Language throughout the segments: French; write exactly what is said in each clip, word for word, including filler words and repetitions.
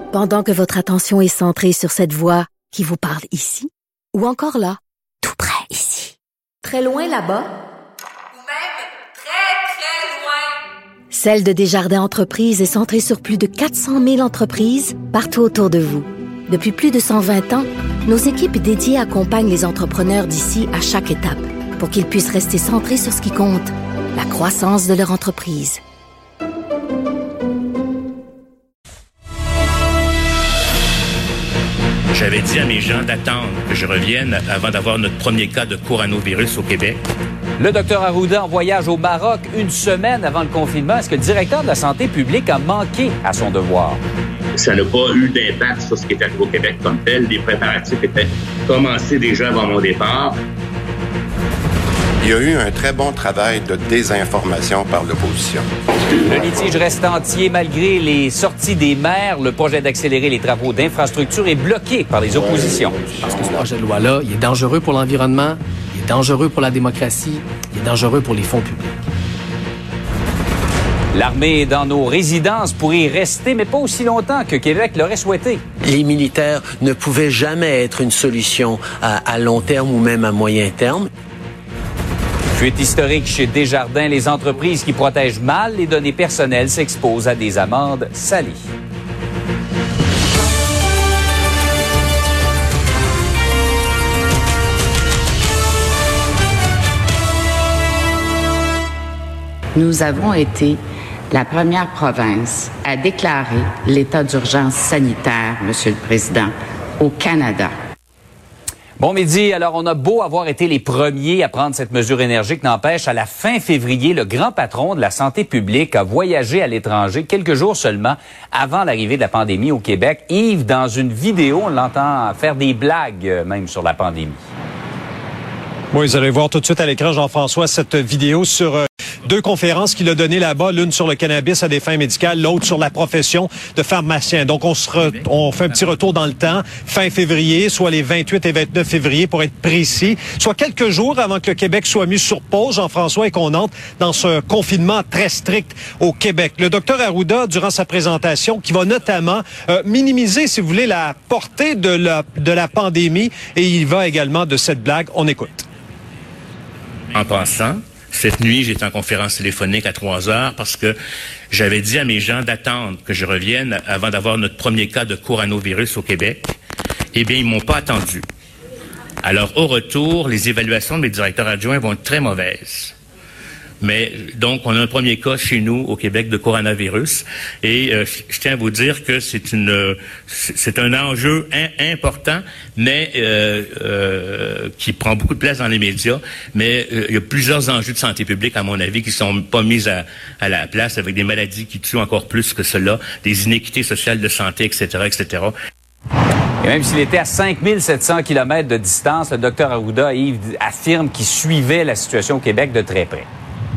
Pendant que votre attention est centrée sur cette voix qui vous parle ici, ou encore là, tout près ici, très loin là-bas, ou même très, très loin. Celle de Desjardins Entreprises est centrée sur plus de quatre cent mille entreprises partout autour de vous. Depuis plus de cent vingt ans, nos équipes dédiées accompagnent les entrepreneurs d'ici à chaque étape pour qu'ils puissent rester centrés sur ce qui compte, la croissance de leur entreprise. J'avais dit à mes gens d'attendre que je revienne avant d'avoir notre premier cas de coronavirus au Québec. Le docteur Arruda en voyage au Maroc une semaine avant le confinement. Est-ce que le directeur de la santé publique a manqué à son devoir? Ça n'a pas eu d'impact sur ce qui est arrivé au Québec comme tel. Les préparatifs étaient commencés déjà avant mon départ. Il y a eu un très bon travail de désinformation par l'opposition. Le litige reste entier malgré les sorties des maires. Le projet d'accélérer les travaux d'infrastructure est bloqué par les oppositions. Parce que ce projet de loi-là, il est dangereux pour l'environnement, il est dangereux pour la démocratie, il est dangereux pour les fonds publics. L'armée dans nos résidences pourrait y rester, mais pas aussi longtemps que Québec l'aurait souhaité. Les militaires ne pouvaient jamais être une solution à, à long terme ou même à moyen terme. Fuite historique chez Desjardins, les entreprises qui protègent mal les données personnelles s'exposent à des amendes salées. Nous avons été la première province à déclarer l'état d'urgence sanitaire, Monsieur le Président, au Canada. Bon midi. Alors, on a beau avoir été les premiers à prendre cette mesure énergique, n'empêche, à la fin février, le grand patron de la santé publique a voyagé à l'étranger quelques jours seulement avant l'arrivée de la pandémie au Québec. Yves, dans une vidéo, on l'entend faire des blagues même sur la pandémie. Oui, vous allez voir tout de suite à l'écran, Jean-François, cette vidéo sur euh, deux conférences qu'il a données là-bas, l'une sur le cannabis à des fins médicales, l'autre sur la profession de pharmacien. Donc, on se re- on fait un petit retour dans le temps, fin février, soit les vingt-huit et vingt-neuf février, pour être précis, soit quelques jours avant que le Québec soit mis sur pause, Jean-François, et qu'on entre dans ce confinement très strict au Québec. Le docteur Arruda, durant sa présentation, qui va notamment euh, minimiser, si vous voulez, la portée de la, de la pandémie, et il va également de cette blague. On écoute. En passant, cette nuit, j'étais en conférence téléphonique à trois heures parce que j'avais dit à mes gens d'attendre que je revienne avant d'avoir notre premier cas de coronavirus au Québec. Eh bien, ils m'ont pas attendu. Alors, au retour, les évaluations de mes directeurs adjoints vont être très mauvaises. Mais donc, on a un premier cas chez nous au Québec de coronavirus, et euh, je tiens à vous dire que c'est une, c'est un enjeu in- important, mais euh, euh, qui prend beaucoup de place dans les médias. Mais euh, il y a plusieurs enjeux de santé publique, à mon avis, qui sont pas mis à, à la place, avec des maladies qui tuent encore plus que cela, des inéquités sociales de santé, et cetera, et cetera. Et même s'il était à cinq mille sept cents kilomètres de distance, le docteur Arruda, Yves, affirme qu'il suivait la situation au Québec de très près.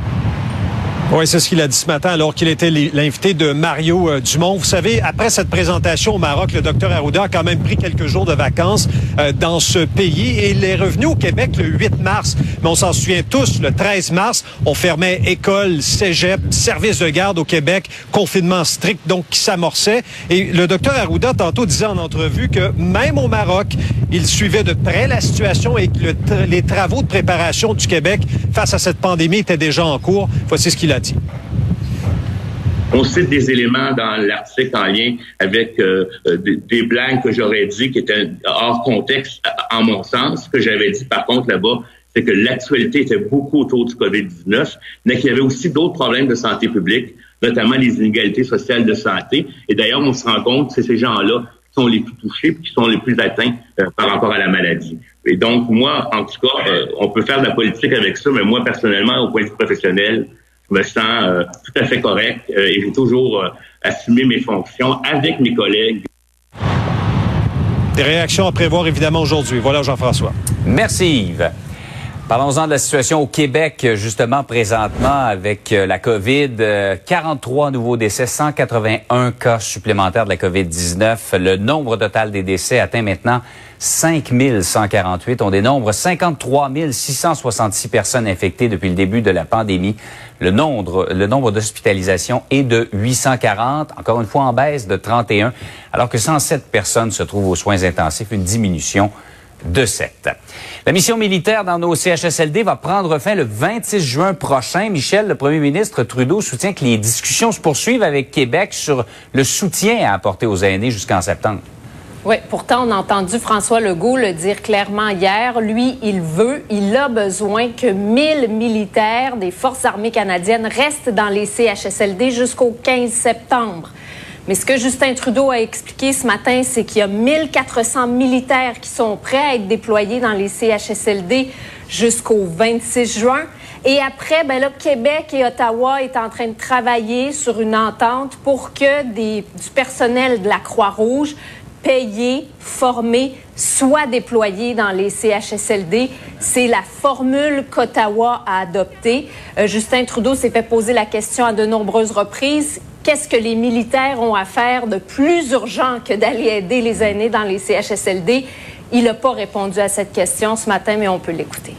Oui, c'est ce qu'il a dit ce matin alors qu'il était l'invité de Mario euh, Dumont. Vous savez, après cette présentation au Maroc, le docteur Arruda a quand même pris quelques jours de vacances euh, dans ce pays et il est revenu au Québec le huit mars. Mais on s'en souvient tous, le treize mars, on fermait écoles, cégep, services de garde au Québec, confinement strict donc qui s'amorçait. Et le docteur Arruda tantôt disait en entrevue que même au Maroc, il suivait de près la situation et que le tra- les travaux de préparation du Québec face à cette pandémie étaient déjà en cours. Voici ce qu'il a dit. On cite des éléments dans l'article en lien avec euh, des, des blagues que j'aurais dit qui étaient hors contexte, en mon sens. Ce que j'avais dit, par contre, là-bas, c'est que l'actualité était beaucoup autour du covid dix-neuf, mais qu'il y avait aussi d'autres problèmes de santé publique, notamment les inégalités sociales de santé. Et d'ailleurs, on se rend compte que c'est ces gens-là qui sont les plus touchés et qui sont les plus atteints euh, par rapport à la maladie. Et donc, moi, en tout cas, euh, on peut faire de la politique avec ça, mais moi, personnellement, au point de vue professionnel, je me sens euh, tout à fait correct euh, et j'ai toujours euh, assumé mes fonctions avec mes collègues. Des réactions à prévoir évidemment aujourd'hui. Voilà, Jean-François. Merci Yves. Parlons-en de la situation au Québec, justement, présentement, avec la COVID. quarante-trois nouveaux décès, cent quatre-vingt-un cas supplémentaires de la COVID dix-neuf. Le nombre total des décès atteint maintenant cinq mille cent quarante-huit. On dénombre cinquante-trois mille six cent soixante-six personnes infectées depuis le début de la pandémie. Le nombre, le nombre d'hospitalisations est de huit cent quarante, encore une fois en baisse de trente et un, alors que cent sept personnes se trouvent aux soins intensifs, une diminution de sept. La mission militaire dans nos C H S L D va prendre fin le vingt-six juin prochain. Michel, le premier ministre Trudeau soutient que les discussions se poursuivent avec Québec sur le soutien à apporter aux aînés jusqu'en septembre. Oui, pourtant, on a entendu François Legault le dire clairement hier. Lui, il veut, il a besoin que mille militaires des Forces armées canadiennes restent dans les C H S L D jusqu'au quinze septembre. Mais ce que Justin Trudeau a expliqué ce matin, c'est qu'il y a mille quatre cents militaires qui sont prêts à être déployés dans les C H S L D jusqu'au vingt-six juin. Et après, ben là, Québec et Ottawa sont en train de travailler sur une entente pour que des, du personnel de la Croix-Rouge payé, formé, soit déployé dans les C H S L D. C'est la formule qu'Ottawa a adoptée. Euh, Justin Trudeau s'est fait poser la question à de nombreuses reprises. Qu'est-ce que les militaires ont à faire de plus urgent que d'aller aider les aînés dans les C H S L D? Il n'a pas répondu à cette question ce matin, mais on peut l'écouter.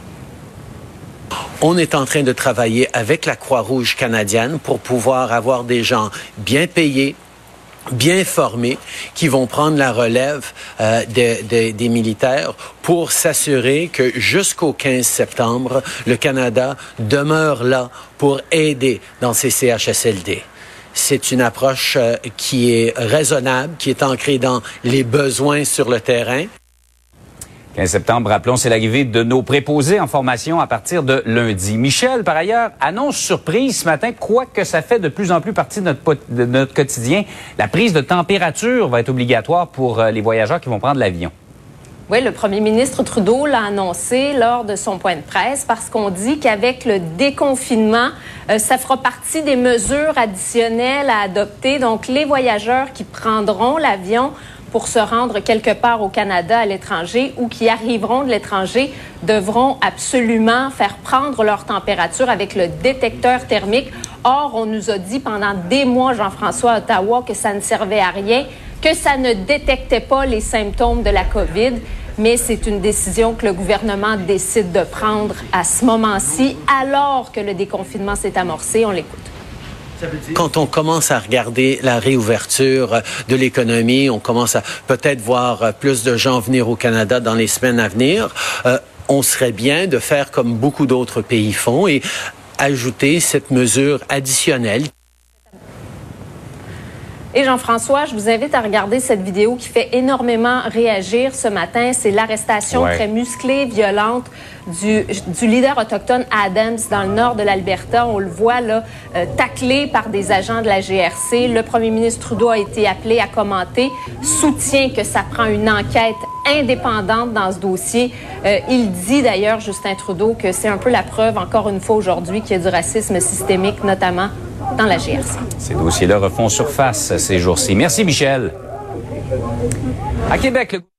On est en train de travailler avec la Croix-Rouge canadienne pour pouvoir avoir des gens bien payés, bien formés, qui vont prendre la relève euh, de, de, des militaires pour s'assurer que jusqu'au quinze septembre, le Canada demeure là pour aider dans ces C H S L D. C'est une approche euh, qui est raisonnable, qui est ancrée dans les besoins sur le terrain. quinze septembre, rappelons, c'est l'arrivée de nos préposés en formation à partir de lundi. Michel, par ailleurs, annonce surprise ce matin, quoique ça fait de plus en plus partie de notre, de notre quotidien. La prise de température va être obligatoire pour les voyageurs qui vont prendre l'avion. Oui, le premier ministre Trudeau l'a annoncé lors de son point de presse parce qu'on dit qu'avec le déconfinement, euh, ça fera partie des mesures additionnelles à adopter. Donc, les voyageurs qui prendront l'avion pour se rendre quelque part au Canada, à l'étranger, ou qui arriveront de l'étranger, devront absolument faire prendre leur température avec le détecteur thermique. Or, on nous a dit pendant des mois, Jean-François, à Ottawa, que ça ne servait à rien, que ça ne détectait pas les symptômes de la COVID, mais c'est une décision que le gouvernement décide de prendre à ce moment-ci, alors que le déconfinement s'est amorcé. On l'écoute. Quand on commence à regarder la réouverture de l'économie, on commence à peut-être voir plus de gens venir au Canada dans les semaines à venir, euh, on serait bien de faire comme beaucoup d'autres pays font et ajouter cette mesure additionnelle. Et Jean-François, je vous invite à regarder cette vidéo qui fait énormément réagir ce matin. C'est l'arrestation ouais. très musclée, violente du, du leader autochtone Adams dans le nord de l'Alberta. On le voit là, euh, taclé par des agents de la G R C. Le premier ministre Trudeau a été appelé à commenter, soutient que ça prend une enquête indépendante dans ce dossier. Euh, il dit d'ailleurs, Justin Trudeau, que c'est un peu la preuve, encore une fois aujourd'hui, qu'il y a du racisme systémique, notamment dans la G R C. Ces dossiers-là refont surface ces jours-ci. Merci, Michel. À Québec, le